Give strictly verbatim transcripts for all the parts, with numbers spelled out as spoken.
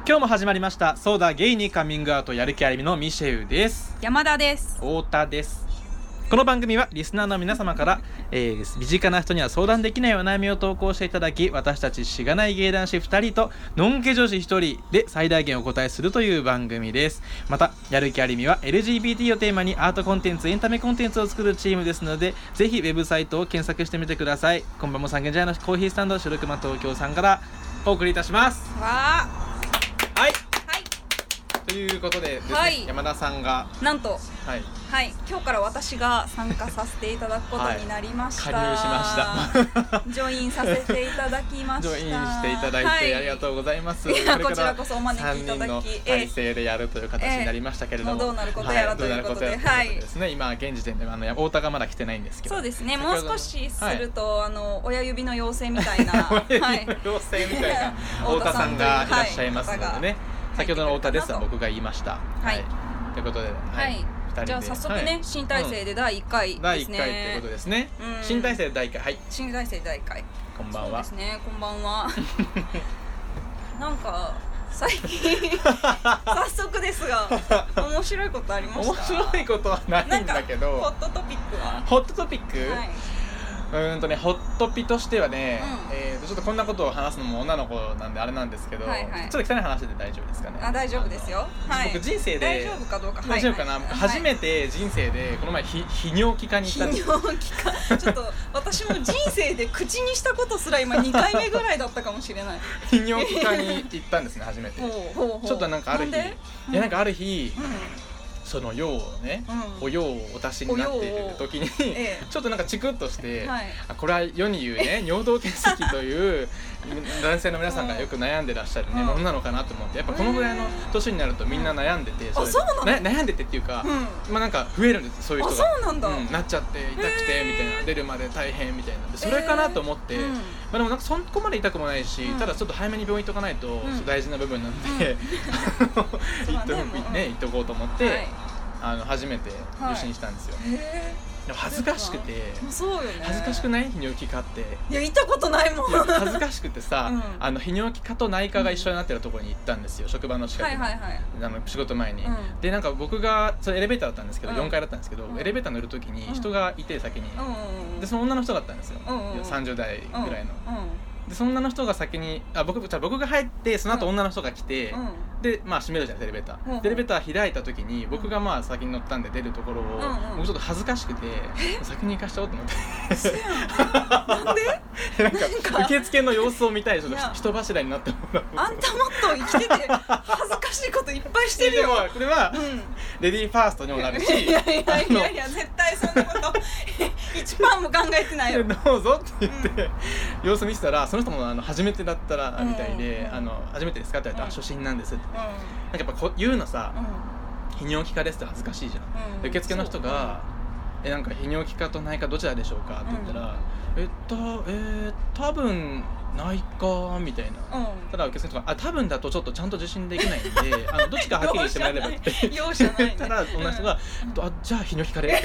今日も始まりましたそうだゲイにカミングアウトやる気ありみのミシェウです。 山田です。 太田です。この番組はリスナーの皆様から、えー、身近な人には相談できないお悩みを投稿していただき、私たちしがない芸男子ふたりとのんけ女子ひとりで最大限お答えするという番組です。またやる気ありみは エルジービーティー をテーマにアートコンテンツエンタメコンテンツを作るチームですので、ぜひウェブサイトを検索してみてください。こんばんも三軒茶屋のコーヒースタンド白熊東京さんからお送りいたします。 わはい、 はい、 ということでですね、 はい、 山田さんがなんとはいはい、今日から私が参加させていただくことになりました。 はい、加入しましたジョインさせていただきました。 ジョインしていただいて、はい、ありがとうございます。 いやこちらこそお招きいただき、 さんにんの体制でやるという形になりましたけれども、 えー、もうどうなることやらということで、はい、 ですね。今現時点であの太田がまだ来てないんですけど、 そうですね。もう少しすると、はい、あの親指の妖精みたいな親指の妖精みたいな太田さんがいらっしゃいますのでね、はい、先ほどの太田ですは僕が言いました。はい、はい、ということで、はい。はいじゃあ早速ね、はい、新体制でだいいっかいですね、うん、だいいっかいということですね、うん、新体制でだいいっかい、はい、 新体制でだいいっかい、 こんばんは。 そうですね、こんばんはなんか最近早速ですが面白いことありました？面白いことはないんだけど、 ホットトピックはホットトピック、 はい、 うーんとね、ホットピとしてはね、 うん、 えーとちょっとこんなことを話すのも女の子なんであれなんですけど、はいはい、ちょっと汚い話で大丈夫ですかね？ あ、大丈夫ですよ、はい、 僕人生で大丈夫かどうか、 大丈夫かな、はい、初めて人生でこの前ひ泌尿器科に行ったんですよ。 泌尿器科ちょっと私も人生で口にしたことすら今にかいめぐらいだったかもしれない泌尿器科に行ったんですね初めて。ほうほうほう、ちょっとなんかある日、いやなんかある日、うん、その用をね、うん、お用をお足しになっている時に、ええ、ちょっとなんかチクッとして、はい、これは世に言うね尿道結石という男性の皆さんがよく悩んでらっしゃるね、うん、ものなのかなと思って、やっぱこのぐらいの年になるとみんな悩んでて、それで悩んでてっていうか、うん、まあなんか増えるんです、そういう人が。 あ、そうなんだ、うん、 なっちゃって痛くてみたいな、出るまで大変みたいなで、それかなと思って、まあ、でもなんかそこまで痛くもないし、ただちょっと早めに病院行っとかないと大事な部分なんで、行っておこうと思って、はい、あの初めて受診したんですよ、はい、でも恥ずかしくて、 そうよね、 恥ずかしくない？泌尿器科って。 いや行ったことないもん。 恥ずかしくてさ、うん、あの泌尿器科と内科が一緒になってるところに行ったんですよ、職場の近くに、はいはいはい、あの仕事前に、うん、でなんか僕がそれエレベーターだったんですけど、うん、よんかいだったんですけど、うん、エレベーター乗る時に人がいて先に、うん、でその女の人だったんですよ、うん、さんじゅうだいぐらいの、うんうん、でその女の人が先にあ 僕, じゃ僕が入ってその後女の人が来て、うん、でまあ閉めるじゃないエレベーター、うん、でエレベーター開いた時に僕がまあ先に乗ったんで出るところを、うんうん、僕ちょっと恥ずかしくて先に行かしちゃおうと思ってなんでなんか受付の様子を見たい、ちょっと人柱になってもらう。 あんたもっと生きてて恥ずかしいこといっぱいしてるよ。 これは、うん、レディーファーストにもなるし、 いやいやいやいや絶対そんなこといちパーセントも考えてないよ。 どうぞって言って、うん、様子見せたらその人もあの初めてだったらみたいで、うん、あの初めてですかって言われたら、うん、初診なんですって、うん、なんかやっぱこう言うのさ、うん、泌尿器科ですって恥ずかしいじゃん、うん、受付の人がえなんか泌尿器科と内科どちらでしょうかって言ったら、うん、えっとえー、多分内科みたいな、うん、ただ受付の人があ多分だとちょっとちゃんと受診できないんであのどっちかはっきりしてもらえればって容赦ないねただ女の人が、うん、あじゃあ泌尿器科でって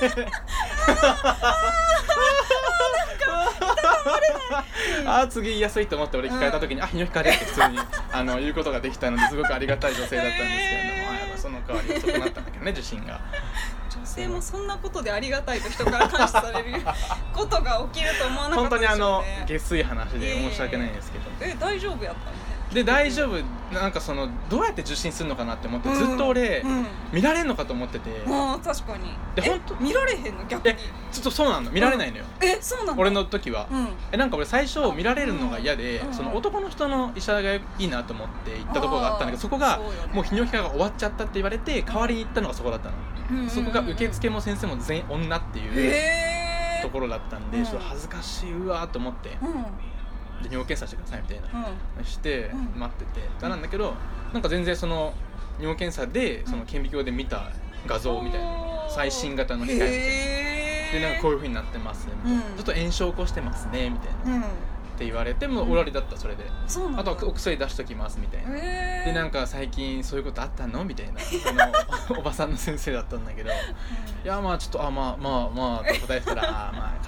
ああ次言いやすいと思って俺聞かれた時に、うん、あ泌尿器科でって普通にあの言うことができたのですごくありがたい女性だったんですけれども、えー、その代わり遅くなったんだけどね受診が。 女性もそんなことでありがたいと人から感謝されることが起きると思わなかったでしょうね。 本当にあの下水話で申し訳ないんですけど、 えー、え大丈夫やったので大丈夫なんかそのどうやって受診するのかなって思って、うん、ずっと俺、うん、見られるのかと思ってて、 あ確かにで本当見られへんの逆に。 えちょっとそうなの見られないのよ、 うん、えそうなの俺の時は、うん、えなんか俺最初見られるのが嫌で、 うん、 その男の人の医者がいいなと思って行ったところがあったんだけど、そこがそうよ、ね、 もう泌尿器科が終わっちゃったって言われて代わりに行ったのがそこだったの、うん、そこが受付も先生も全員女っていうところだったんで、ちょっと恥ずかしいうわーと思って、うんで尿検査してくださいみたいな、うん、して待ってて、うん、なんだけどなんか全然その尿検査でその顕微鏡で見た画像みたいな、うん、最新型の機械みたいなでなんかこういう風になってますみたいな、うん、ちょっと炎症起こしてますねみたいな、うん、って言われてもう終わりだったそれで、うん、あとはお薬出しときますみたいな、でなんか最近そういうことあったのみたいなあのおばさんの先生だったんだけど、いやまあちょっとあまあまあまあと答えたらあまあ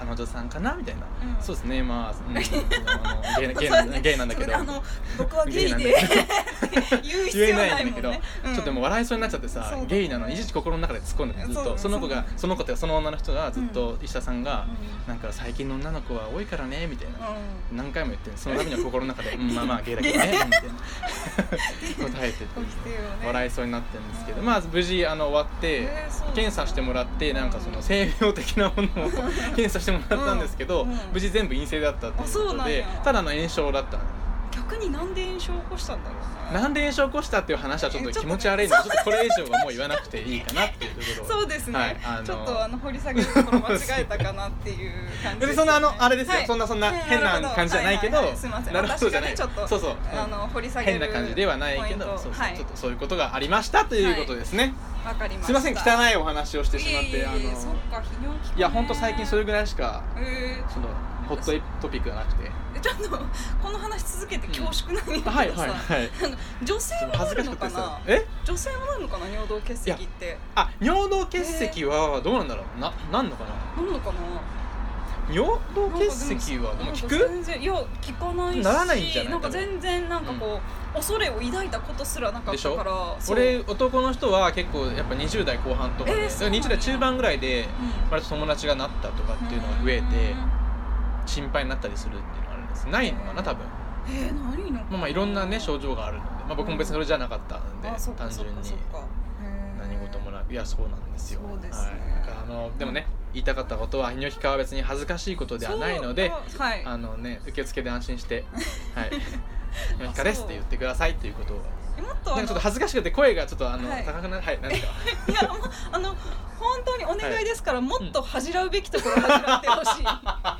彼女さんかなみたいな、 うん、 そうですねまあ、うん、あのゲイ、ゲイなゲイなんだけどあの僕はゲイで言う必要ないもんね、言えないんだけど、 うん、ちょっともう笑いそうになっちゃってさ、ね、ゲイなのにいちいち心の中で突っ込んでてずっと そ, その子がその子ってその女の人がずっと石田さんが、うん、なんか最近の女の子は多いからねみたいな、うん、何回も言ってそのためには心の中で、うん、まあまあゲイだけどねみたいな答えてて笑いそうになってるんですけど、まあ無事あの終わって、えー、検査してもらってなんかその性病的なものを検査してもらったんですけど、うんうん、無事全部陰性だったっていうことで、ただの炎症だった。 逆になんで炎症を起こしたんだろうね。 なんで炎症を起こしたっていう話はちょっと気持ち悪いので、ちょっとこれ以上はもう言わなくていいかなっていうところそうですね、はい、あのちょっとあの掘り下げるところ間違えたかなっていう感じです、ね、 そんなあのあれですよ、はい、そんなそんな変な感じじゃないけど、はいはいはい、 すいません、 なるほどじゃない、 私がねちょっとそうそう、 あの掘り下げる変な感じではないけど、そうそう、はい、ちょっとそういうことがありましたということですね。 わかりました。 すいません、汚いお話をしてしまって、 いやいやいや、そっか、泌尿器科ね、 いや本当最近それぐらいしか、 えー、 そのホットトピックがなくて、 ちょっとこの話続けて恐縮なんだけどさ、 はいはいはい、 女性もなるのかな、 え女性もなるのかな、尿道結石って。 あ、尿道結石はどうなんだろう、な、なんのかな、 なんのかな、 尿道結石はでも聞く？ 全然いや聞かないし、 ならないんじゃない？ なんか全然なんかこう、うん、恐れを抱いたことすらなかったから。 俺男の人は結構やっぱにじゅう代後半とかで、えー、にじゅう代中盤ぐらいで割と友達がなったとかっていうのが増えて心配になったりするっていうのがあるんです。ないのかな多分。 えー、ないのかな。 まあまあいろんなね症状があるので、まあ僕も別にそれじゃなかったので、うん、単純に何事もなく、いやそうなんですよ。 そうですね。 はい、なんかあのでもね。言いたかったことは泌尿器科は別に恥ずかしいことではないので、 はい、 あのね受付で安心して、はい、泌尿器科ですって言ってくださいっていうことを。 もっとなんかちょっと恥ずかしくて声がちょっとあの、はい、高くなる、はい、何ですか。 いやあの本当にお願いですから、はい、もっと恥じらうべきところ恥じらってほしい。あ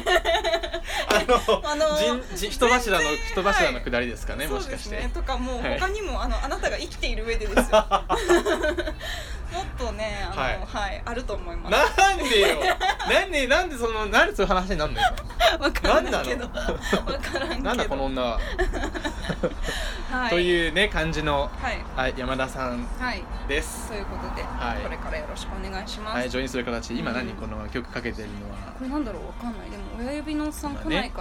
の、あの人柱の人柱の下りですかね、はい、もしかして。 そうですね、とかもう他にも、はい、あのあなたが生きている上でですよ。もっとね、あの、はいはい、あると思います。 なんでよ。なんでなんでそのなんでそういう話になるのよ。 わからんけど。わからんけど。 なんだこの女は。はい、というね感じの、はいはい、山田さんです。 ということで、はい、これからよろしくお願いします。 はい、ジョインする形で今何この曲かけてるのは。 これなんだろうわかんない。でも親指のおっさん来ないから。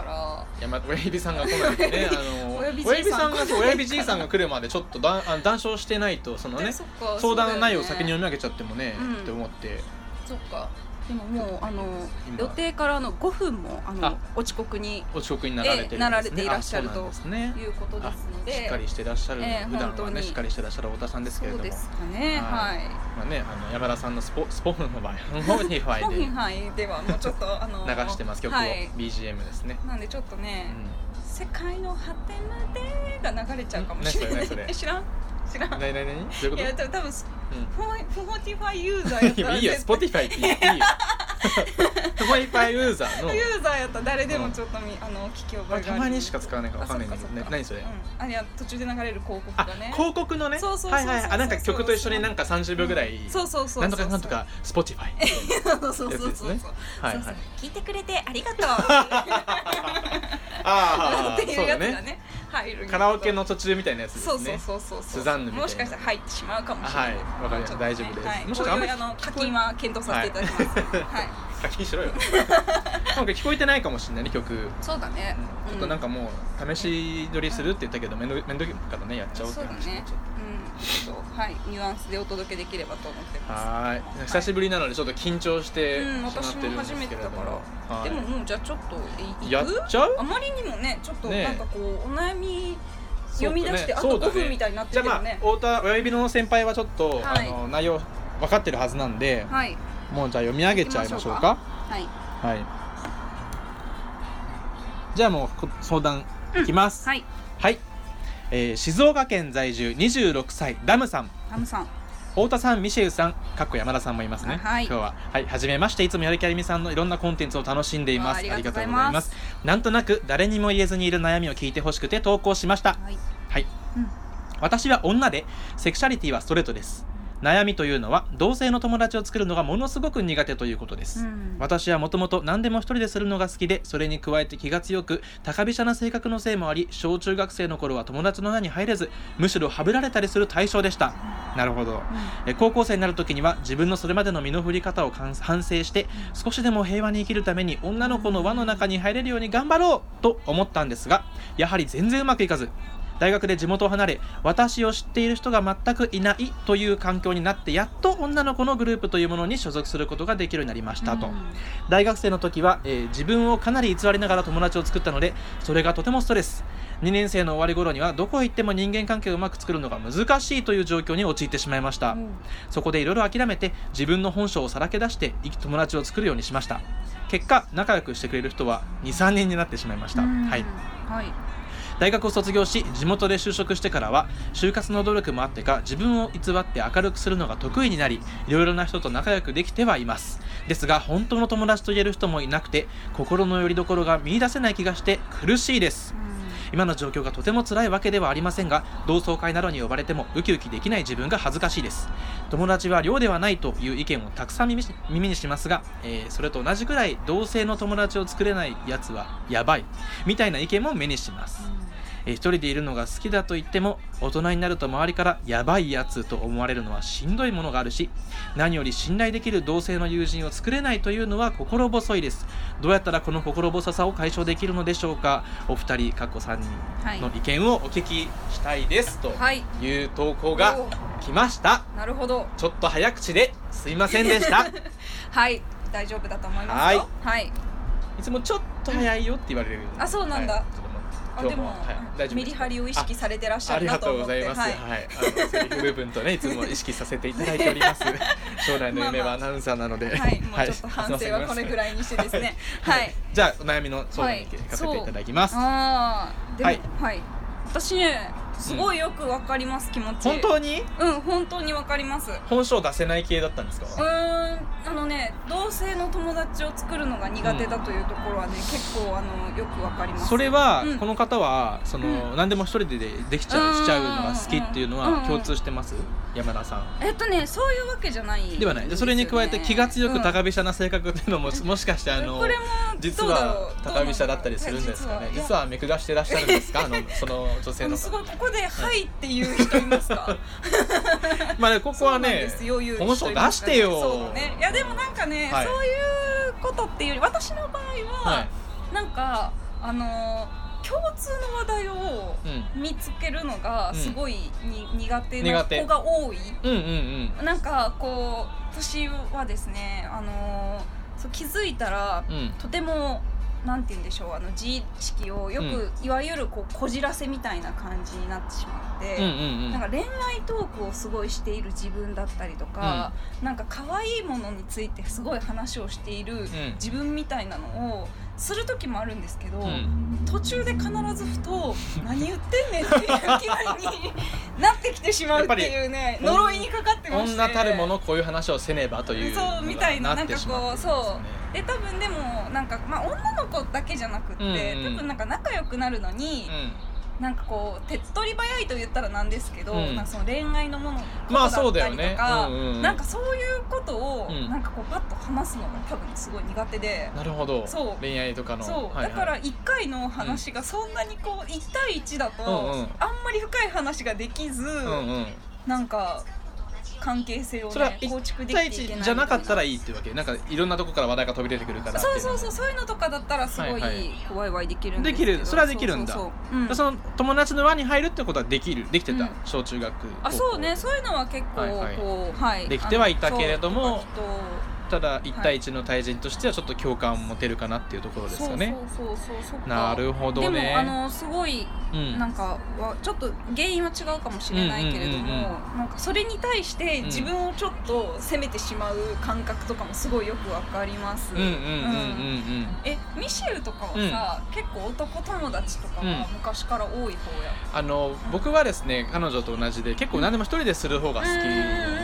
山親指さんが来ないとね、あの親指さんが親指じいさんが来るまでちょっとだあ談笑してないとそのね相談内容を先に読み上げちゃってもね、うん、って思って。 そっか。でももうあの予定からのごふんもあの遅刻に遅刻になられてるんですね、 なられていらっしゃるということですので、 しっかりしてらっしゃる、えー、普段はねしっかりしてらっしゃる太田さんですけれども、 そうですかね、はい。 まあね、あの山田さんのスポスポフの場合、スポティファイで、 スポティファイではもうちょっとあの流してます曲を、はい、ビージーエム ですね。 なんでちょっとね、うん、世界の果てまでが流れちゃうかもしれない。 それ知らん？知らん。 何何何？どういうこと？ いや多分スポティファイユーザーやったらいいよ、スポティファイって言っていいよ。スポティファイユーザーのユーザーやったら誰でもちょっとみ、うん、あの聞き覚えがある。 たまにしか使わないからわかんないんだけどね。何それ？うん、 あいや途中で流れる広告がね。 広告のね。 そうそうそうそう。 はいはい。あなんか曲と一緒になんかさんじゅうびょうぐらい。 そうそうそう。 なんとかなんとかスポティファイ。 そうそうそうそう。はいはい。聞いてくれてありがとう。 ああっていうやつがね。 カラオケの途中みたいなやつですね。 そうそうそうそう。 スザンヌみたいな。 もしかしたら入ってしまうかもしれない。 はい、わかりました。大丈夫です。 はい、もしかしたらあの課金は検討させていただきます。はい。 課金しろよ。なんか聞こえてないかもしれないね曲。 そうだね。 ちょっとなんかもう試し撮りするって言ったけど面倒面倒からねやっちゃおうって話になっちゃった。 ちょっとはいニュアンスでお届けできればと思ってます。 はい。久しぶりなのでちょっと緊張してしまってるんですけれども。 私も初めてだから。でももうじゃあちょっとやっちゃう？ あまりにもねちょっとなんかこうお悩み読み出して、あとごふんみたいになってるけどね。 じゃあまあ太田親指の先輩はちょっと、はい、あの内容分かってるはずなんで、はい、もうじゃあ読み上げちゃいましょうか。 はい、 はい、じゃあもう相談いきます、 うん、はい、 はい、えー、静岡県在住にじゅうろくさいラムさん。 ラムさん、 太田さん、ミシェウさん、かっこ山田さんもいますね、はい、今日は、はい、はじめまして。いつもやる気ありみさんのいろんなコンテンツを楽しんでいます。ありがとうございます。なんとなく誰にも言えずにいる悩みを聞いてほしくて投稿しました。はい、はい、うん、私は女でセクシャリティはストレートです。 悩みというのは同性の友達を作るのがものすごく苦手ということです、うん、私はもともと何でも一人でするのが好きで、それに加えて気が強く高飛車な性格のせいもあり、小中学生の頃は友達の輪に入れず、むしろはぶられたりする対象でした、うん、なるほど、うん、え高校生になる時には自分のそれまでの身の振り方を反省して、少しでも平和に生きるために女の子の輪の中に入れるように頑張ろうと思ったんですが、やはり全然うまくいかず、大学で地元を離れ、私を知っている人が全くいないという環境になって、やっと女の子のグループというものに所属することができるようになりましたと、うん、大学生の時は、えー、自分をかなり偽りながら友達を作ったので、それがとてもストレス。にねん生の終わり頃にはどこへ行っても人間関係をうまく作るのが難しいという状況に陥ってしまいました、うん、そこでいろいろ諦めて自分の本性をさらけ出して友達を作るようにしました。結果仲良くしてくれる人は にさんにんになってしまいました、はいはい、大学を卒業し地元で就職してからは就活の努力もあってか自分を偽って明るくするのが得意になり、いろいろな人と仲良くできてはいます。ですが本当の友達と言える人もいなくて、心の拠り所が見出せない気がして苦しいです。今の状況がとても辛いわけではありませんが、同窓会などに呼ばれてもウキウキできない自分が恥ずかしいです。友達は寮ではないという意見をたくさん 耳, 耳にしますが、えー、それと同じくらい同性の友達を作れないやつはやばいみたいな意見も目にします、えー、一人でいるのが好きだと言っても、大人になると周りからやばいやつと思われるのはしんどいものがあるし、何より信頼できる同性の友人を作れないというのは心細いです。どうやったらこの心細さを解消できるのでしょうか。お二人かっこさんにんの意見をお聞きしたいです、はい、という投稿が来ました。 なるほど。 ちょっと早口ですいませんでしたはい、大丈夫だと思いますよ。はい、はい、 いつもちょっと早いよって言われる、 うん、あ、そうなんだ、はい、 今日もでも、はい、メリハリを意識されてらっしゃるなと思って。 ありがとうございます、はいはい、あのセリフ部分とねいつも意識させていただいております将来の夢はアナウンサーなので、まあまあ、 はい、もうちょっと反省はこれぐらいにしてですねはい、はい、 じゃあお悩みの相談に行かせていただきます。 あでも、はい、はい、私ねすごいよくわかります、うん、気持ち。 本当に？ うん、本当にわかります。 本性出せない系だったんですか？ うーん、あのね、同性の友達を作るのが苦手だというところはね、うん、結構あのよくわかります。 それは、うん、この方はその、うん、何でも一人でできちゃうしちゃうのが好きっていうのは共通してます？山田さん。 えっとね、そういうわけじゃない、 ではない。それに加えて気が強く高飛車な性格っていうのも、うん、もしかしてあのこれも実は高飛車だったりするんですかね。実は、実はめくがしてらっしゃるんですか？あのその女性の方。 すごいここではいっていう人いますか？ まあここはね、本性出してよ。 そうね。いやでもなんかね、はい、そういうことっていうより、私の場合は、はい、なんかあの共通の話題を見つけるのがすごいに、うん、苦手な子が多い、 うんうんうん、 なんかこう私はですね、あのそう気づいたら、うん、とてもなんて言うんでしょう、あの自意識をよく、うん、いわゆるこうこじらせみたいな感じになってしまって、うんうんうん、なんか恋愛トークをすごいしている自分だったりとか、うん、なんか可愛いものについてすごい話をしている自分みたいなのをする時もあるんですけど、うん、途中で必ずふと何言ってんねんっていう気分になってきてしまうっていうね、呪いにかかってまして、 女たるものこういう話をせねばというそうみたいな、なんかこうそうで、多分でもなんか、まあ、女の子だけじゃなくって、うんうん、多分なんか仲良くなるのに、うん、なんかこう手っ取り早いと言ったらなんですけど、うん、なんかその恋愛のものことだったりとか、まあうんうん、なんかそういうことを、うん、なんかこうパッと話すのが多分すごい苦手で。 なるほど。そう恋愛とかのそう、はいはい、だからいっかいの話がそんなにこういち対いちだと、うんうん、あんまり深い話ができず、うんうん、なんか関係性を、ね、構築できていけない。それはいち対いちじゃなかったらいいっていうわけ。なんかいろんなとこから話題が飛び出てくるからっていう。 そうそうそう、そういうのとかだったらすごい、はいはい、ワイワイできるんですけど。 できる、それはできるんだ。そうそうそう、うん、その友達の輪に入るってことはできる、できてた、うん、小中学高校。 あ、そうね、そういうのは結構、はいはい、こう、はい、 できてはいたけれども、ただいち対いちの対人としてはちょっと共感を持てるかなっていうところですかね。 そうそうそうそう、 なるほどね。 でもあのすごい、うん、なんかちょっと原因は違うかもしれないけれども、うんうんうんうん、なんかそれに対して自分をちょっと責めてしまう感覚とかもすごいよくわかります。え、ミシェルとかはさ、うん、結構男友達とかは昔から多い方や。 あの、うん、僕はですね、彼女と同じで結構何でも一人でする方が好きなんですよ。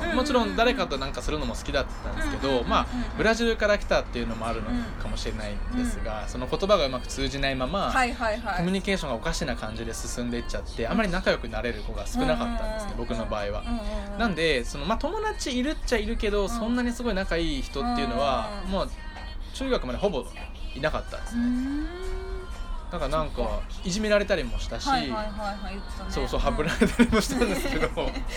もちろん誰かとなんかするのも好きだったんですけど、まあブラジルから来たっていうのもあるのかもしれないんですが、その言葉がうまく通じないまま、はいはいはい、コミュニケーションがおかしな感じで進んでいっちゃって、あまり仲良くなれる子が少なかったんですね、僕の場合は。なんでその、まあ、友達いるっちゃいるけど、そんなにすごい仲いい人っていうのはもう中学までほぼいなかったんですね。だからなんかいじめられたりもしたし、はいはいはいはい、言ってたね、そうそう、はぶられたりもしたんですけど、いや、なんの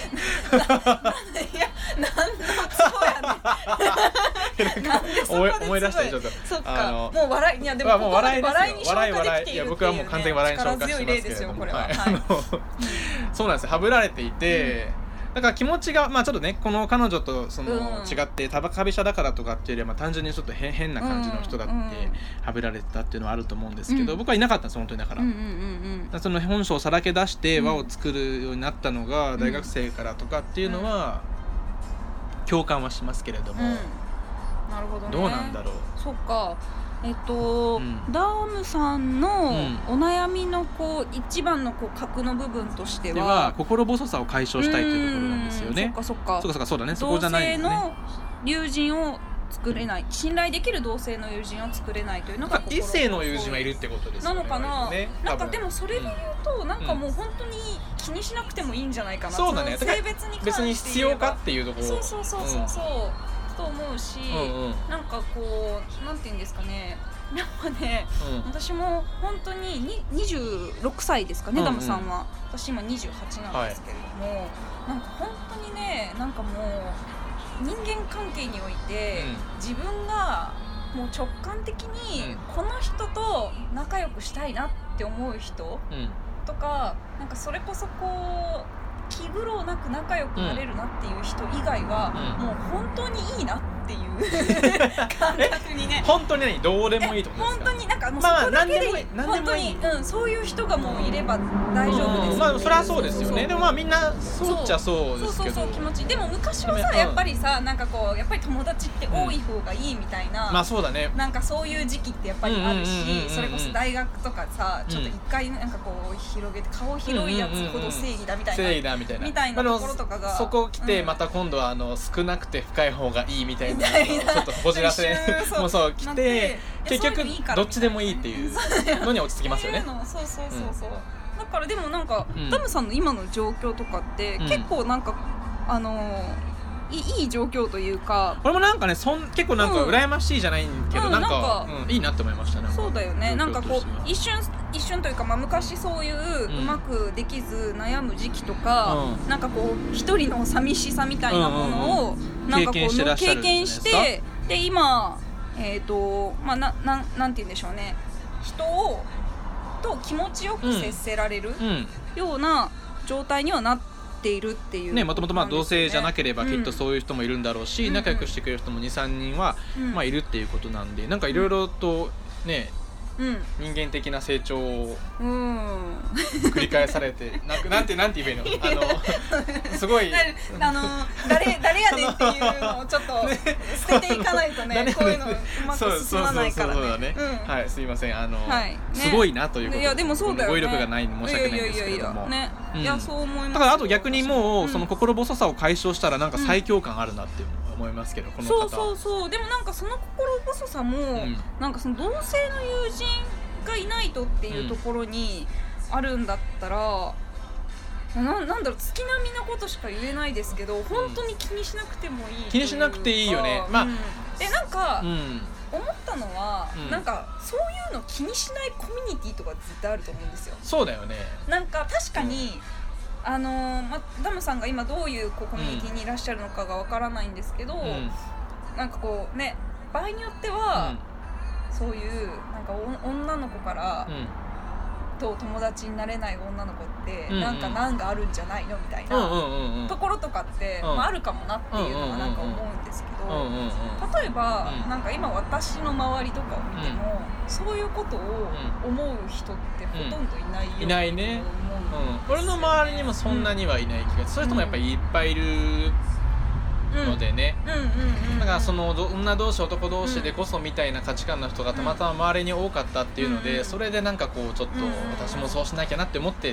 そうやねなんでそこで思い出したりちょっと、そっか、もう笑い、いやでもここまで笑いに消化できているっていう、ね、いや僕はもう完全に笑いに消化してますけれども、はい、 そうなんですよ、はぶられていて、うん、だから気持ちが、まあちょっとね、この彼女とその違ってタバカビシャだからとかっていうよりは、まあ単純にちょっと変変な感じの人だってはぶられてたっていうのはあると思うんですけど、うん、僕はいなかったんです本当に。だから、うんうんうんうん、その本性をさらけ出して輪を作るようになったのが大学生からとかっていうのは共感はしますけれども、うん、 なるほどね、 どうなんだろう。 そっか、えっと、うん、ダームさんのお悩みのこう一番のこう核の部分としては、では心細さを解消したいというところなんですよね。 そっかそっか、 そっかそっか、そうだね、そこじゃないですね。 同性の友人を作れない、信頼できる同性の友人を作れないというのが異性の友人はいるってことですよね。 なのかな、ね、なんかでもそれで言うと、うん、なんかもう本当に気にしなくてもいいんじゃないかな、 そうだね、 性別に関して言えば別に必要かっていうところ、 そうそうそうそうそう、うん、と思うし、うんうん、なんかこうなんていうんですかね、やっぱね、うん、私も本当ににじゅうろくさいですかね、うんうん、ダムさんは。私今にじゅうはちなんですけれども、はい、なんか本当にね、なんかもう人間関係において、うん、自分がもう直感的にこの人と仲良くしたいなって思う人とか、うん、なんかそれこそこう気苦労なく仲良くなれるなっていう人以外は、うん、もう本当にいいなっていう感覚にね本当に何どうでもいいってことですか。 本当になんかもうそこだけで、まあ、本当に、うん、そういう人がもういれば大丈夫です、ね、 まあそれはそうですよね。でもまあみんなそうっちゃそうですけど、 そうそうそう気持ちいい。でも昔はさ、やっぱりさ、なんかこうやっぱり友達って多い方がいいみたいな、 うん、まあそうだね、 なんかそういう時期ってやっぱりあるし、それこそ大学とかさ、ちょっと一回なんかこう広げて顔広いやつほど正義だみたいな、 正義だみたいなみたいなところとかが、 そこ来てまた今度はあの少なくて深い方がいいみたいなちょっとこじらせもうそう来て、結局どっちでもいいっていうのに落ち着きますよね。 そうそうそうそう、だからでもなんか、うん、ダムさんの今の状況とかって、うん、結構なんかあのいいい状況というか、 これもなんかね、そん結構なんか羨ましいじゃないけど、うん、なんか、うん、いいなって思いましたね。 そうだよね、なんかこう一瞬一瞬というか、まあ、昔そういううまくできず悩む時期とか、うん、なんかこう一人の寂しさみたいなものを、うんうんうん、なんかこう経験して、で今えっとまあななんなんて言うんでしょうね、人をと気持ちよく接せられるような状態にはなっているっていうね。 もともとまあ同性じゃなければきっとそういう人もいるんだろうし、うん、仲良くしてくれる人も にさんにんは、うんまあ、いるっていうことなんで、なんかいろいろとね、うん、人間的な成長を繰り返されて、なんかなんてなんて言えばいいの、あのすごいあの誰誰やねんっていうのをちょっと捨てていかないとね、ねこういうのうまく進まないからね。そうそうそうそうだね、うん、 はいすいません、あの、はいね、すごいなということで、いやでもそうだよね、語彙力がないの申し訳ないんですけれども、 いやいやいやいや、ねうん、いやそう思います。 だからあと逆にもう、うん、その心細さを解消したらなんか最強感あるなって思いますけど、この方。 そうそうそう。でもなんかその心細さも、うん、なんかその同性の友人がいないとっていうところにあるんだったら、うん、な, なんだろう月並みなことしか言えないですけど、本当に気にしなくてもいい、 気にしなくていいよね。まあ、うん、 でなんか、うん、思ったのは、うん、なんかそういうの気にしないコミュニティとか絶対あると思うんですよ。 そうだよね。 なんか確かに、うん、あのーま、ダムさんが今どういうこうコミュニティにいらっしゃるのかがわからないんですけど、うん、なんかこうね、場合によっては、うん、そういうなんか女の子から、うんと友達になれない女の子って、うんうん、なんか難があるんじゃないのみたいな、うんうんうん、ところとかって、うんまあ、あるかもなっていうのはなんか思うんですけど、うんうんうん、例えば、うん、なんか今私の周りとかを見ても、うん、そういうことを思う人ってほとんどいないよ、うん、 いないね、うん、俺の周りにもそんなにはいない気がする、うん、そういう人もやっぱりいっぱいいるのでね、だからその女同士男同士でこそみたいな価値観の人がたまたま周りに多かったっていうので、それでなんかこうちょっと私もそうしなきゃなって思ってる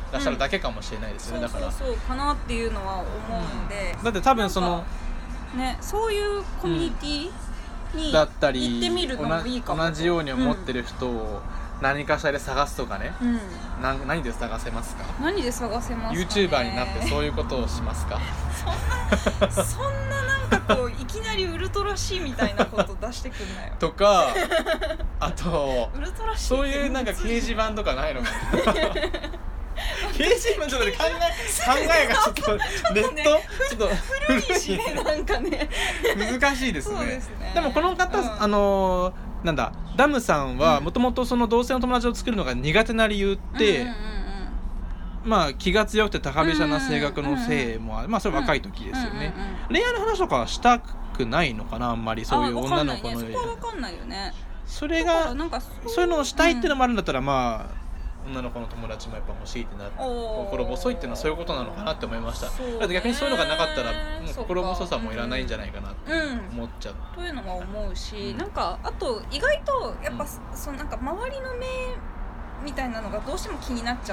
らっしゃるだけかもしれないですよね、 うん、 だからそうそうそうかなっていうのは思うんで、 うん、だって多分そのね、そういうコミュニティにだったり行ってみるのもいいかも。 同じように思ってる人を何かしらで探すとかね、うん、な何で探せますか？ 何で探せますかね。 YouTuber になってそういうことをしますか？ そんなそんななんかこういきなりウルトラ C みたいなこと出してくんなよとか、あとウルトラ C そういうなんか掲示板とかないのかな掲示板ちょっと考え考えがちょっとネットちょっと古いしね、なんかね難しいですね。 そうですね。 でもこの方、うん、あのなんだダムさんはもともとその同性の友達を作るのが苦手な理由って、うんうんうんうん、まあ気が強くて高飛車な性格のせいもある、まあそれ若い時ですよね、うんうんうん、恋愛の話とかはしたくないのかな、あんまりそういう女の子の、 あ、分かんないね、そこは分かんないよね。 それがなんかそういうのをしたいっていうのもあるんだったら、うん、まあ女の子の友達もやっぱ欲しいってなって心細いっていうのはそういうことなのかなって思いました。だって逆にそういうのがなかったらもう心細さもいらないんじゃないかなって思っちゃう、 うん、というのは思うし、うん、なんかあと意外とやっぱ、うん、そのなんか周りの目みたいなのがどうしても気になっちゃって、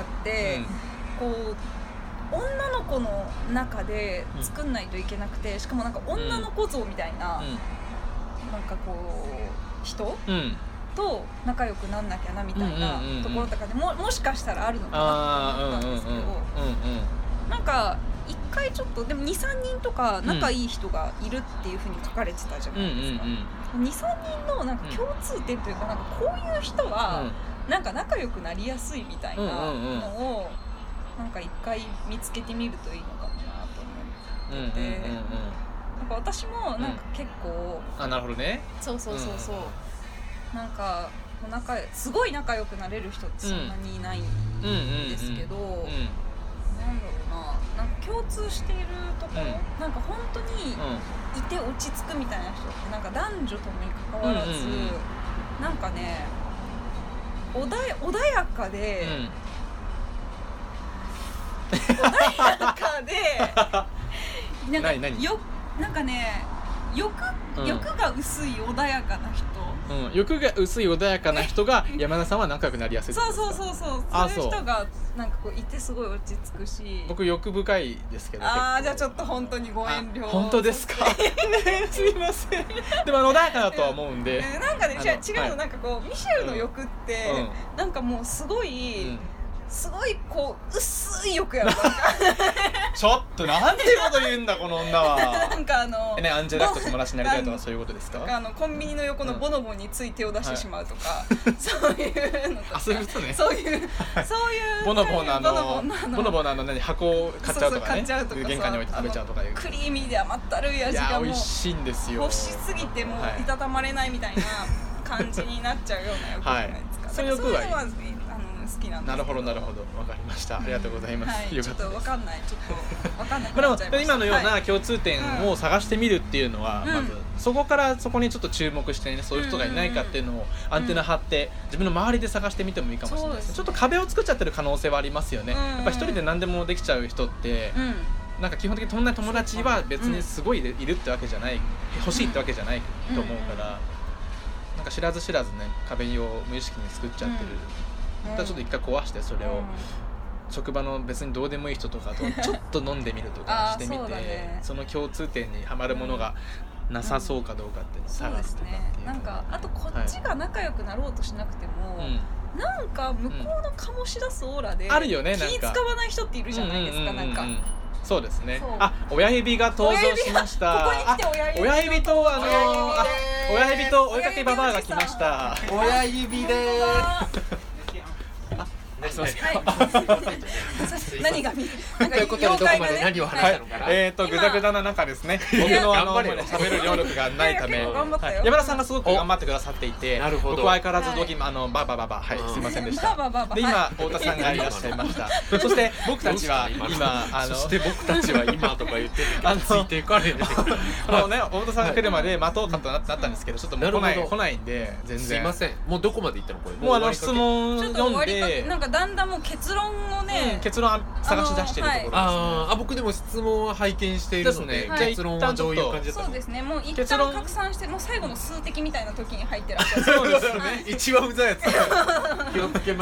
うん、こう女の子の中で作んないといけなくて、しかもなんか女の子像みたいな、うん、なんかこう人、うんと仲良くなんなきゃなみたいなところとかで も, もしかしたらあるのかなと思ったんですけど、なんか一回ちょっとでも にさんにんとか仲いい人がいるっていう風に書かれてたじゃないですか、うんうんうん、にさんにんのなんか共通点というか、なんかこういう人はなんか仲良くなりやすいみたいなのをなんか一回見つけてみるといいのかもなと思って、うんうんうんうん、なんか私もなんか結構、 うん、あ、なるほどね、 そうそうそうそう、うん、なんか仲すごい仲良くなれる人ってそんなにいないんですけど、なんだろうな、なんか共通しているところ、うん、なんか本当にいて落ち着くみたいな人ってなんか男女ともに関わらず、うんうんうん、なんかね穏や、穏やかで、うん、穏やかでなんかよなんかね欲、うん、欲が薄い穏やかな人、 うん、欲が薄い穏やかな人が山田さんは仲良くなりやすい。 そうそうそうそう、そういう人がなんかこういてすごい落ち着くし、 僕欲深いですけど、 ああじゃあちょっと本当にご遠慮。 本当ですかねすいませんでも穏やかだとは思うんで、 うん、なんかね違う違う、はい、なんかこうミシェルの欲って、うん、なんかもうすごい、うん、すごいこう薄い欲やろちょっとなんていうこと言うんだこの女はなんかあの、 ね、アンジェラと友達になりたいとかそういうことですか？ あのコンビニの横のボノボについ手を出してしまうとか、うん、そういうのとか、 あ、そういうことね、 そういうそういうボノボのあのボノボのあの何箱を買っちゃうとかね、 そうそう、 玄関に置いて食べちゃうとかいうクリーミーで甘ったるい味がもういや美味しいんですよ、 欲しすぎてもういたたまれないみたいな感じになっちゃうような欲じゃないですか、はい、そういう欲はいい、好きなんです。 なるほどなるほど、わかりました、ありがとうございます、 はい、ちょっとわかんないちょっとわかんなくなっちゃいました。 今のような共通点を探してみるっていうのは、うん、まずそこからそこにちょっと注目してね、そういう人がいないかっていうのをアンテナ張って、うん、自分の周りで探してみてもいいかもしれないですね。ちょっと壁を作っちゃってる可能性はありますよね、うん、やっぱ一人で何でもできちゃう人って、うん、なんか基本的にそんな友達は別にすごいいるってわけじゃない、うん、欲しいってわけじゃないと思うから、なんか知らず知らずね壁を無意識に作っちゃってる、うん、ちょっと一回壊してそれを職場の別にどうでもいい人とかとちょっと飲んでみるとかしてみてね、その共通点にはまるものがなさそうかどうかっていうのを探すとかっていう、 そうですね、なんかあとこっちが仲良くなろうとしなくても、はい、なんか向こうの醸し出すオーラで、うん、あるよね、なんか気使わない人っているじゃないですか、なんかそうですね。あ、親指が登場しました。 ここに来て親指。 親指とあのー、あ、親指と追いかけババアが来ました。 親指でーす。 すいません、 はい、何が見なんかということでどこまで何を話したのかな、 はい、えーとグダグダな中ですね、僕のあの喋る能力がないため、はい、山田さんがすごく頑張ってくださっていて、僕は相変わらずドギマ、あのババババ、はい、すいませんでした。で今太田さんがいらっしゃいました。そして僕たちは今あのそして僕たちは今とか言ってるけどついていかれるあのね、太田さんが来るまで待とうかとなったんですけど、ちょっともう来ない来ないんで全然。 すいません。もうどこまで行ったのこれ？ もうあの質問読んで。 なんかだんだんもう結論をね、 うん、結論探し出してるところですね。 ああ僕でも質問は拝見しているので、 はい、 結論はどういう感じだったの？ そうですね、もう一旦拡散してもう最後の数滴みたいな時に入ってらっしゃる。 そうですね、 一番うざいやつ気をつけます。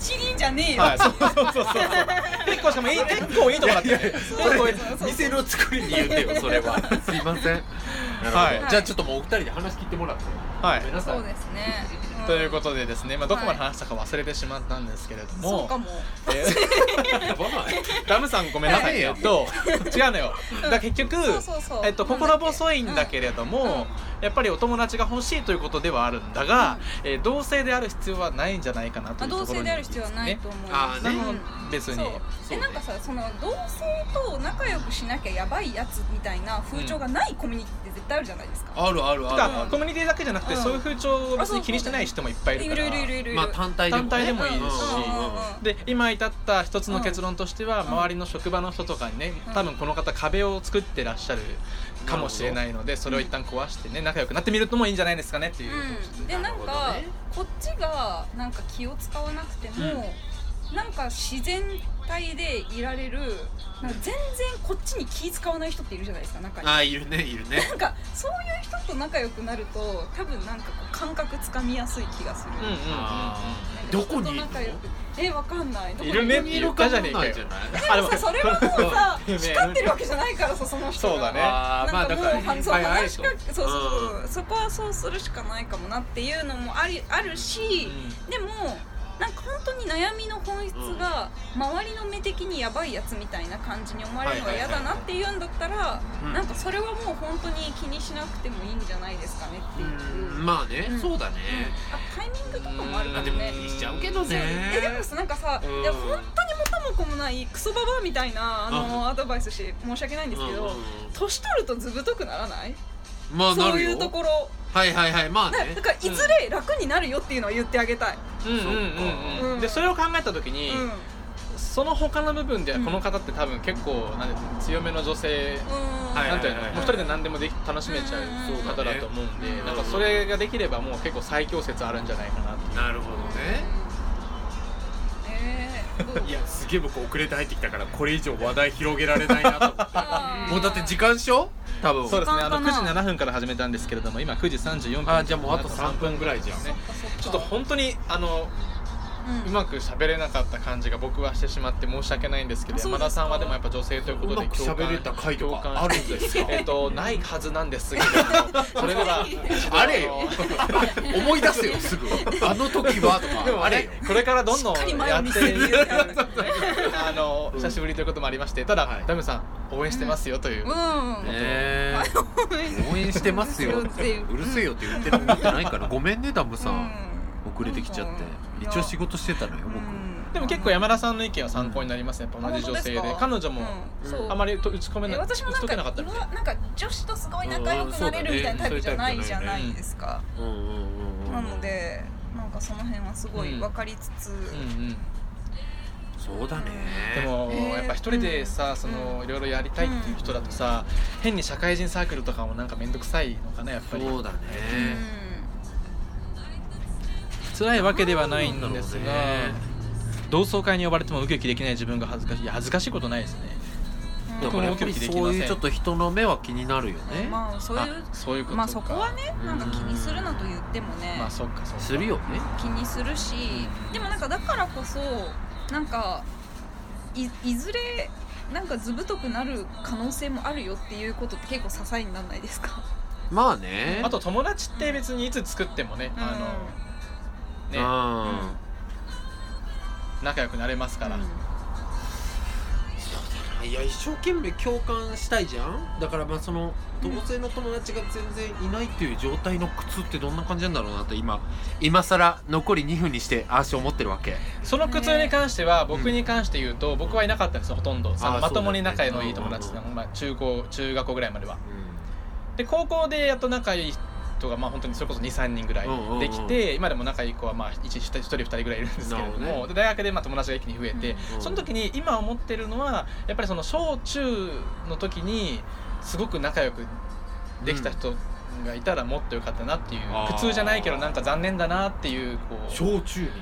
チリンチリンじゃねえよ、 はい、そうそうそうそう結構しかもいい結構いいとこだったよ。 店の作りに言ってよそれはすいません。はい、じゃあちょっともうお二人で話聞いてもらって、 はい、 ごめんなさい。 そうですね、 うん、ということでですね、まあ、どこまで話したか忘れてしまったんですけれども、 そうかも、 えー、ダムさんごめんなさい、えっと違うのよ、だから結局そうそうそう、 えっと、心細いんだけれども、うん、やっぱりお友達が欲しいということではあるんだが、うん、えー、同性である必要はないんじゃないかなというところに、 同性である必要はないと思いますね。 あ、ね、 別にそうえなんかさ、その同性と仲良くしなきゃやばいやつみたいな風潮がないコミュニティって絶対あるじゃないですか。 あるあるあるある。 コミュニティだけじゃなくて、うん、そういう風潮を別に気にしてない人もいっぱいいるから、 いるいるいるいるいる、 まあ単体でも、ね、 単体でもいいですし、 うんうんうん、 で今至った一つの結論としては、うん、周りの職場の人とかにね、多分この方壁を作ってらっしゃるかもしれないので、それを一旦壊してね、仲良くなってみるのもいいんじゃないですかねっていう、 うん、でなんか、ね、こっちがなんか気を使わなくても、うん、なんか自然体でいられる、なんか全然こっちに気使わない人っているじゃないですか、中に。 あ、いるねいるね。 なんかそういう人と仲良くなると多分なんかこう感覚つかみやすい気がする。 うんうんうん、どこにいるの？ え、わかんない。 いるねって言ったじゃねえかよ。 でもさ、それはもうさ光ってるわけじゃないからさ、その人が。 そうだね。 なんかもうそう話しかけ、そうそうそう、そこはそうするしかないかもなっていうのもありあるし、でもなんか本当に悩みの本質が周りの目的にやばいやつみたいな感じに思われるのが嫌だなっていうんだったら、なんかそれはもう本当に気にしなくてもいいんじゃないですかねっていう。 うん、まあね、うん、そうだね、 うん、あ、タイミングとかもあるからね。でも気にしちゃうけどね。 え、でもさ、なんかさ、いや本当に元も子もないクソババアみたいなあのアドバイスして申し訳ないんですけど、年取るとずぶとくならない？ まあなるよ。 そういうところ。 はいはいはい、まあね。 だからいずれ楽になるよっていうのは言ってあげたい。 うんうんうんうん。でそれを考えた時に、うん、その他の部分ではこの方って多分結構なん強めの女性、うん、なんていうの、もう一人で何でもでき楽しめちゃう方だと思うんで、うん、なんかそれができればもう結構最強説あるんじゃないかなっていう。 なるほどね。いや、すげえ僕遅れて入ってきたからこれ以上話題広げられないなと思ってもうだって時間でしょ多分。 そうですね、あのくじななふんから始めたんですけれども今くじさんじゅうよんぷん。 あ、じゃあもうあとさんぷんぐらいじゃんね。 ちょっと本当にあのうまく喋れなかった感じが僕はしてしまって申し訳ないんですけど、山田さんはでもやっぱ女性ということで共感喋れた回とかあるんですか？ えっとないはずなんですけど、それではあれよ思い出すよすぐあの時はとか。 でもあれこれからどんどんやってあの久しぶりということもありまして、ただダムさん応援してますよという。 応援してますよ。うるせえよって言ってる思ってないからごめんねダムさん。遅れてきちゃって一応仕事してたのよ僕。 でも結構山田さんの意見は参考になりますね。やっぱ同じ女性で彼女もあまり打ち込めな私もなんかなんか女子とすごい仲良くなれるみたいなタイプじゃないじゃないですか。なのでなんかその辺はすごい分かりつつ、 そうだね。 でもやっぱ一人でさ、そのいろいろやりたいっていう人だとさ、変に社会人サークルとかもなんか面倒くさいのかなやっぱり。 そうだね。 辛いわけではないんですが、同窓会に呼ばれてもウキウキできない自分が恥ずかしい。いや恥ずかしいことないですね。 僕もウキウキできません。そういうちょっと人の目は気になるよね。 まあそういうそういうことか。 まあそこはね、なんか気にするなと言ってもね。 まあそっかそっか。 するよね。 気にするし、でもなんかだからこそなんか い, いずれなんかずぶとくなる可能性もあるよっていうことって結構支えにならないですか？ まあね。 あと友達って別にいつ作ってもね、うん、あの。ね、うん、仲良くなれますから、うん、そうだな。いや一生懸命共感したいじゃん。だからまあその同性の友達が全然いないっていう状態の苦痛ってどんな感じなんだろうなと今今更残りにふんにしてあーし思ってるわけ。 その苦痛に関しては僕に関して言うと、うん、僕はいなかったんですよほとんど。そのまともに仲のいい友達が、まあ、中高中学校ぐらいまでは、うん、で高校でやっと仲いい人がまあ本当にそれこそ にさんにんぐらいできて、うんうんうん、今でも仲いい子はまあひとりふたりぐらいいるんですけれども、ね、で大学でまあ友達が一気に増えて、うん、その時に今思ってるのはやっぱりその小中の時にすごく仲良くできた人がいたらもっとよかったなっていう、苦痛じゃないけどなんか残念だなっていう、こう小中に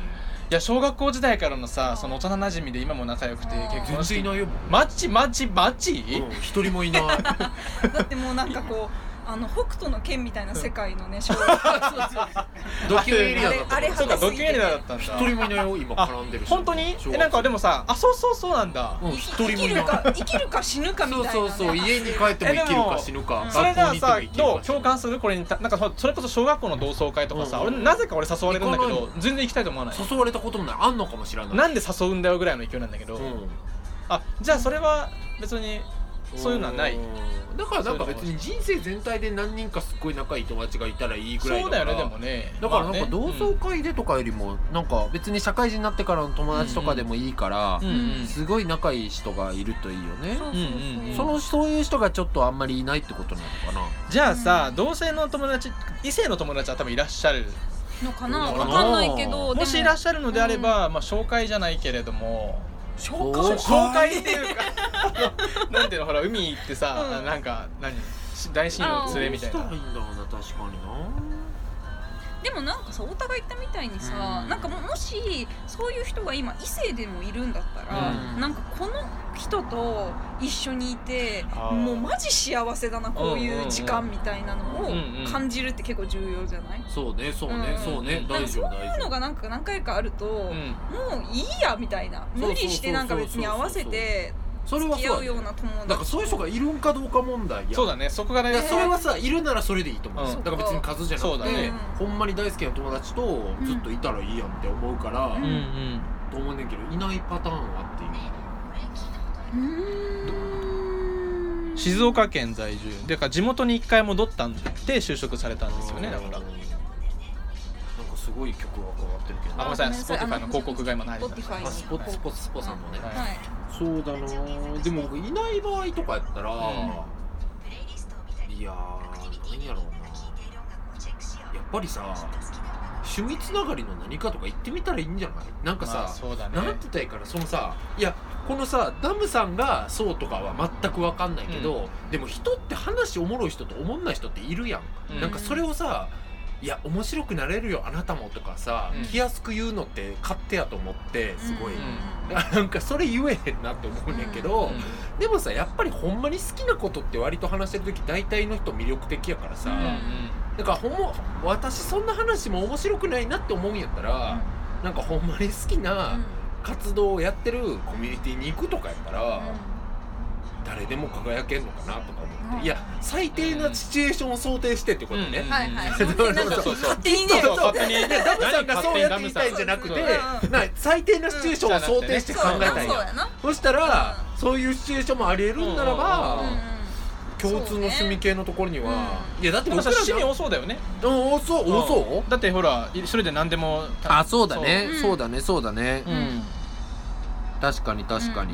や小学校時代からのさその幼馴染で今も仲良くて結婚して全然いないよマジマジマジ一人もいないだってもうなんかこうあの北斗の拳みたいな世界のね小学校ドキュエリアだったあれそうかドキュエリアだったんだ一人もいないよ今絡んでる人本当にえなんかでもさあそうそうそうなんだ一人もいない生きるか生きるか死ぬかみたいな、ね、 そうそうそう家に帰っても生きるか死ぬかそれじゃあさどう共感するこれになんかそれこそ小学校の同窓会とかさ、うん、俺なぜか俺誘われるんだけど全然行きたいと思わない誘われたこともないあんのかもしれないなんで誘うんだよぐらいの勢いなんだけど、うん、あじゃあそれは別にそういうのはないだからなんか別に人生全体で何人かすっごい仲いい友達がいたらいいぐらいだからそうだよねでもねだからなんか同窓会でとかよりもなんか別に社会人になってからの友達とかでもいいからすごい仲いい人がいるといいよねそのそういう人がちょっとあんまりいないってことなのかなじゃあさ同性の友達異性の友達は多分いらっしゃるのかな分かんないけどもしいらっしゃるのであればまあ紹介じゃないけれども紹介紹介っていうかなんていうのほら海行ってさ、うん、なんか何大親友の連れみたいな。 どうしたらいいんだろうな確かにな。 でもなんかさお互い言ったみたいにさ、うん、なんか も, もしそういう人が今異性でもいるんだったら、うん、なんかこの人と一緒にいてもうマジ幸せだなこういう時間みたいなのを感じるって結構重要じゃない？ そうねそうね、うん、そうね大丈夫大丈夫。 そういうのがなんか何回かあると、うん、もういいやみたいな無理してなんか別に合わせて付き合うような友達だからそういう人がいるんかどうか問題やそうだねそこがねそれはさいるならそれでいいと思う、うん、だから別に数じゃなくて、ね、 うん、 ほんまに大好きな友達とずっといたらいいやんって思うから、うんうん、と思うねんけどいないパターンはっていう、 うん、静岡県在住でか地元に一回戻ったんで就職されたんですよねだからすごい曲が変わってるけど、 あ、ごめんなさい、Spotify の広告が今入りました。 あ、スポスポスポさんのね、 はい、 そうだな。でもいない場合とかやったら、うん、いやー、何やろうな。やっぱりさ、趣味つながりの何かとか言ってみたらいいんじゃない？なんかさ、まあそうだね、なんて言ったらいいかな、そのさ、いや、このさ、ダムさんがそうとかは全く分かんないけど、うん、でも人って話おもろい人とおもんない人っているやん。うん、なんかそれをさ、いや面白くなれるよあなたもとかさ、うん、気安く言うのって勝手やと思ってすごい、うん、なんかそれ言えへんなって思うねんけど、うん、でもさやっぱりほんまに好きなことって割と話してる時大体の人魅力的やからさ、うん、だからほんま私そんな話も面白くないなって思うんやったら、うん、なんかほんまに好きな活動をやってるコミュニティに行くとかやったら、うん、誰でも輝けんのかなとか思って、うん、いや最低なシチュエーションを想定してってことね、 うん、はいはいそうそうそう勝手にね勝手にねダムさんがそうやって言いたいんじゃなくて、うん、な最低なシチュエーションを想定して考えたいんや、うん、そしたら、うん、そういうシチュエーションもあり得るんならば、うんうん、共通の趣味系のところには、ね、いやだって僕ら趣味多そうだよね。 多そう多そう。 だってほらそれで何でもあそうだねそう、そうだねそうだね、うん、確かに確かに、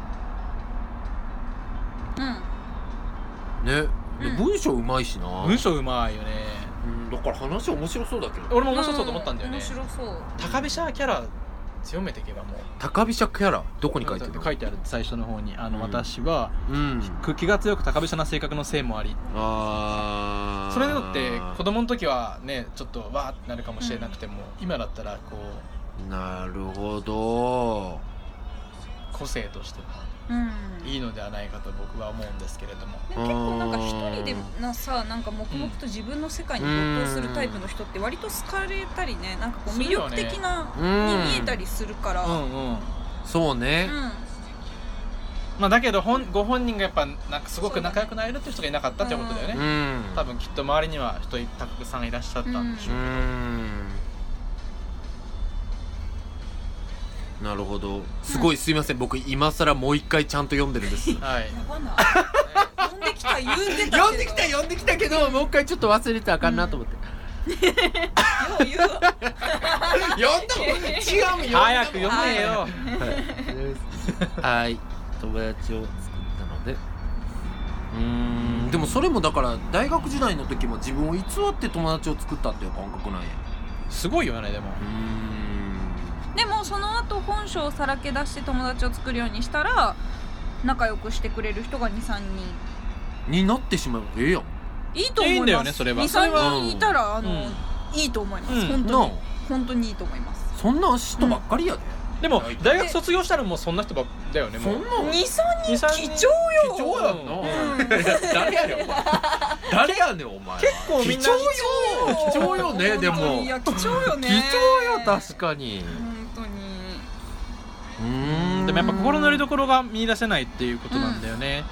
うん、ね、うん、文章うまいしな。 文章うまいよね、 うん、だから話面白そうだけど俺も面白そうと思ったんだよね、 うん、面白そう。 高飛車キャラ強めていけばもう高飛車キャラどこに書いてるの？ 書いてある最初の方にあの、うん、私は、うん、気が強く高飛車な性格のせいもあり、あそれのって子供の時はねちょっとわーってなるかもしれなくても、うん、今だったらこうなるほど個性としてもいいのではないかと僕は思うんですけれども、 うん、結構なんか一人でなさなんか黙々と自分の世界に没頭するタイプの人って割と好かれたりねなんかこう魅力的なに見えたりするから、うんうん、 そうね、うん、 まあ、だけど本ご本人がやっぱなんかすごく仲良くなれるっていう人がいなかったってことだよね、うん、多分きっと周りには人たくさんいらっしゃったんでしょうけど、うんなるほどすごいすいません、うん、僕今更もう一回ちゃんと読んでるんですはい読んできた言うんでたけど読んできた読んできたけどもう一回ちょっと忘れてあかんなと思って、うん、よう言う読んだもん違うもん早く読めよはい、はい、友達を作ったのでうーんでもそれもだから大学時代の時も自分を偽って友達を作ったっていう感覚なんやすごいよねでもうーんでもその後本性をさらけ出して友達を作るようにしたら仲良くしてくれる人が にさんにんになってしまうええやんいいと思います。 いいんだよねそれは。 にさんにんいたらあの、うん、いいと思います、うん、本当に本当にいいと思います。 そんな人ばっかりやで、 うん、でも大学卒業したらもうそんな人ばっかだよね。もうそんなにさんにん貴重よ。 貴重やんな、うん、誰やねんお前誰やねんお前。 結構みんな貴重よ貴重よね。でもいや貴重よね。 貴重よ確かに。 本当に。 うーんでもやっぱ心の拠り所が見出せないっていうことなんだよね、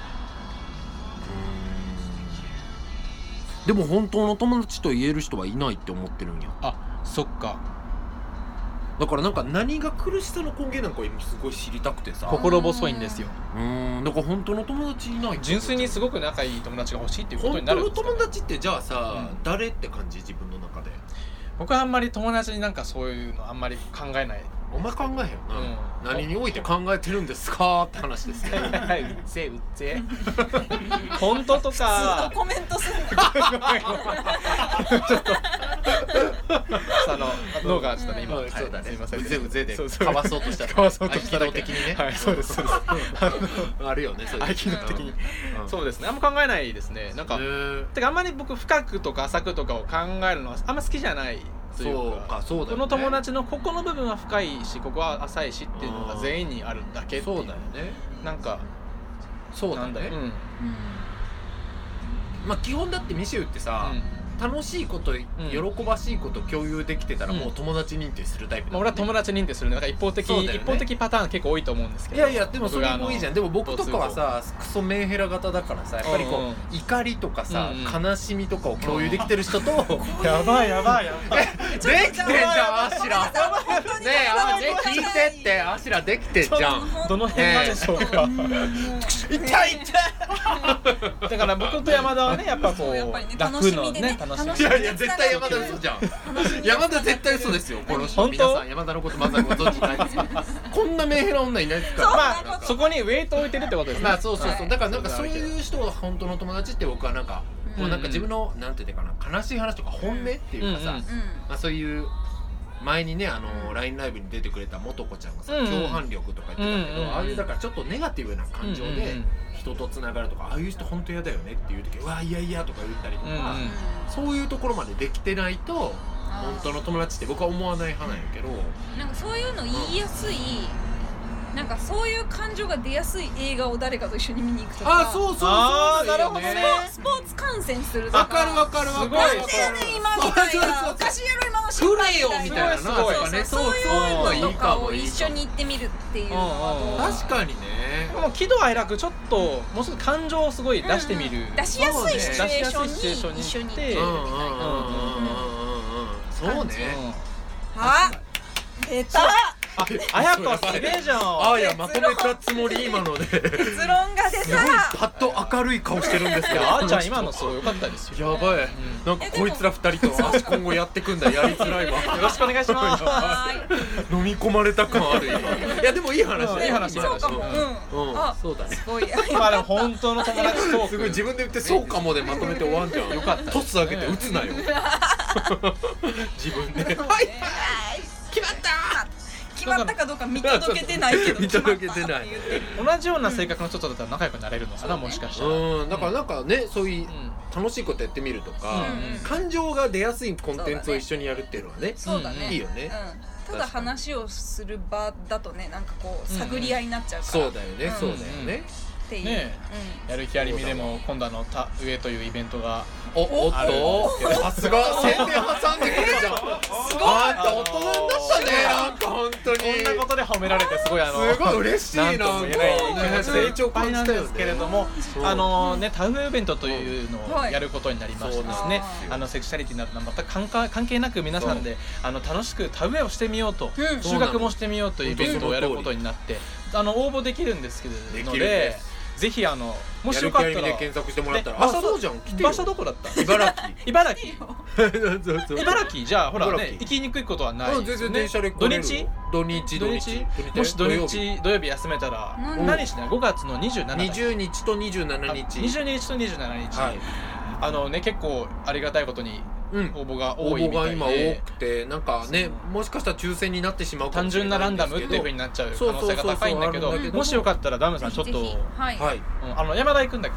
うん、でも本当の友達と言える人はいないって思ってるんや。 あ、そっか。 だからなんか何が苦しさの根源なんか今すごい知りたくてさ。 心細いんですよ。 うーんだから本当の友達いない。 純粋にすごく仲いい友達が欲しいっていうことになるんですか。 本当の友達ってじゃあさ、 うん、 誰って感じ自分の中で。 僕はあんまり友達になんかそういうのあんまり考えない。 お前考えへんよな、うん、何において考えてるんですかって話ですね。 うっせうっせ本当とかコメントするのちょっとあの脳がちょっとね今、 うんはい、そうだね、すいませんうぜうぜでそうそうかわそうとしたかわそうとした合気道的にね。 はいそうですそうですあるよねそういう合気道的に、うん、そうですねあんま考えないですね。なんかてかあんまり僕深くとか浅くとかを考えるのはあんま好きじゃないというか。 そうかそうだよね。 この友達のここの部分は深いしここは浅いしっていうのが全員にあるだけっていう。 そうだよね。 なんかそうだね。 なんだよ、うんうん、 まあ基本だってミシェウってさ、うん楽しいこと、うん、喜ばしいこと共有できてたらもう友達認定するタイプだ、ね、 俺は友達認定するんでなんか一方的、ね、一方的パターン結構多いと思うんですけど。 いやいやでもそれもいいじゃん。でも僕とかはさクソメンヘラ型だからさやっぱりこう、うんうん、怒りとかさ、うんうん、悲しみとかを共有できてる人と、うん、 やばいやばいやばいできてんじゃんアシラねえあね聞いてってアシラできてんじゃん。 どの辺までしょうか、 ね、痛い痛いだから僕と山田はねやっぱこうやっぱりね楽のね楽しみでいやいや絶対山田嘘じゃん山田絶対嘘ですよこの人。皆さん山田のことまだご存知ないですかこんなメンヘラ女いないですから。 まあそこにウェイトを置いてるってことですね。 まあそうそうそうだからなんかそういう人が本当の友達って僕はなんかもうなんか自分のなんていうかな悲しい話とか本音っていうかさまあそういう前にねあの ライン ライブに出てくれた元子ちゃんがさ共犯力とか言ってたけどああいうだからちょっとネガティブな感情で人とつながるとかああいう人本当嫌だよねっていう時うわいやいやとか言ったりとかそういうところまでできてないと本当の友達って僕は思わない派なんやけどなんかそういうの言いやすいなんかそういう感情が出やすい映画を誰かと一緒に見に行くとか。 あそうそうそうあなるほどね。 スポーツ観戦するとかわかるわかるわかる。 なんでやねん今みたいなおかしいやろ今の失敗みたいなみたいなそうそうそうそういうのとかを一緒に行ってみるっていうのは確かにね。 もう喜怒哀楽ちょっともうすぐ感情をすごい出してみる、 うん、出しやすいシチュエーションに一緒に行ってみるみたいな。 そうね。 あ出たあ、あやこすげえじゃん。 あいやまとめたつもり今ので結論が出た。 すごいパッと明るい顔してるんですけどあーちゃん今のすごい良かったですよ。 やばい、うん、なんかこいつら二人とあ今後やってくんだやりづらいわよろしくお願いします飲み込まれた感ある今いやでもいい話いい話そうかもうんあそうだねすごいまあでも本当の友達トークすごい自分で言ってそうかもでまとめて終わんじゃんよかったトス上げて打つなよ自分ではい決まった決まったかどうか見届けてないけど見届けてない同じような性格の人だったら仲良くなれるのかな、もしかしたら。 うんだからなんかねそういう楽しいことやってみるとか感情が出やすいコンテンツを一緒にやるっていうのはねそうだねいいよね。 ただ話をする場だとねなんかこう探り合いになっちゃうからそうだよねそうだよねっていうねえ、やる気ありみでも今度あのた上というイベントがおおっとさすが宣伝挟んでくるじゃんすごいあんた大人になったねなんか本当にこんなことで褒められてすごいあのすごい嬉しいななんとも言えない気持ちでいっぱいなんで成長感じたよねすけれどもあのねタフイベントというのをやることになりましてですねあのセクシャリティなど全く関係なく皆さんであの楽しく田植えをしてみようと収穫もしてみようというイベントをやることになってあの応募できるんですけれどのでぜひあのもしよかったらやる気ありみで検索してもらったらあそうじゃん来てよ場所どこだった茨城茨城茨城じゃあほらね行きにくいことはない全然電車で土日土日土日もし土日土曜日休めたら何しないごがつのにじゅうしちにちにじゅうにちとにじゅうしちにちにじゅうににちとにじゅうしちにちあのね結構ありがたいことに応募が多いみたいで、 応募が今多くてなんかねもしかしたら抽選になってしまうかもしれない単純なランダムっていう風になっちゃう可能性が高いんだけどもしよかったらダムさんちょっとはいあの山田行くんだっけ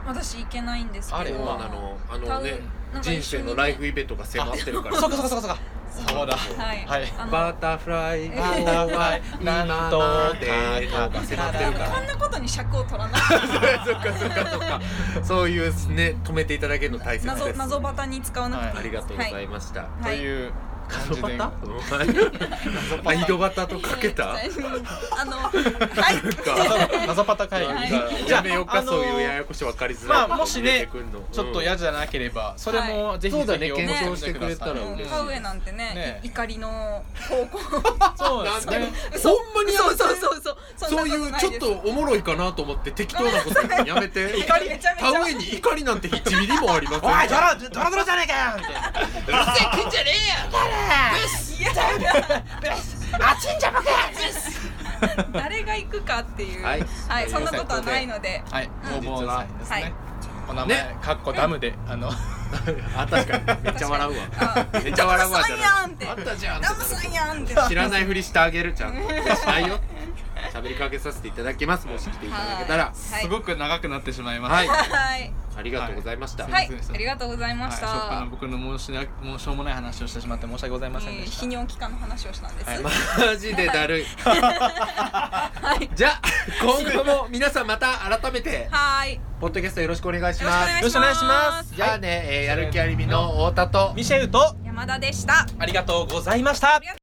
私行けないんですけど、 あれそうなの、あのねなんか一緒にね人生のライフイベントが迫ってるからそうかそうかそうかそうかそうだはいはいあのバタフライバタフライなんとまでのが迫ってるからこんなことに尺を取らないそっかそっかそっかそういうね止めていただけるの大切です。 謎謎バタに使わなくていいです、 ありがとうございました、 はいという感じで謎バタ？井戸端とかけた？ あのはい謎パタ会議、 はいじゃあやめようか、そういうややこし分かりづらいまあもしねちょっと嫌やじゃなければそれもぜひそうだねぜひ検討応募してください。 してくれたら嬉しい田植えなんてねね怒りの方向そうですね。 嘘ほんまにやめてそうそうそうそうそういうちょっとおもろいかなと思って適当なこと言うのやめて怒りめちゃめちゃ田植えに怒りなんていちミリもありません。 おいドロドロドロじゃねえかよみたいな。 うるせえ食んじゃねえよ。 いやあちんじゃボケ。 誰が行くかっていうはいはいそんなことはないのではい応募祭ですはいね。お名前かっこダムであのあ確かにめっちゃ笑うわあめっちゃ笑うわじゃないダムさんやんってあったじゃんダムさんやんって知らないふりしてあげるちゃんとしないよ喋りかけさせていただきますもし来ていただけたらはいすごく長くなってしまいました。 はいはいありがとうございましたはいはいありがとうございましはい、しょっぱなた僕の申しなもうしょうもない話をしてしまって申し訳ございませんでした。 泌尿器科の話をしたんですはいマジでだるいはいじゃあ今後も皆さんまた改めてはいポッドキャストよろしくお願いしよろますよろしくお願いしますじゃあね、えーやる気ありみの太田とミシェウと山田でしたありがとうございました。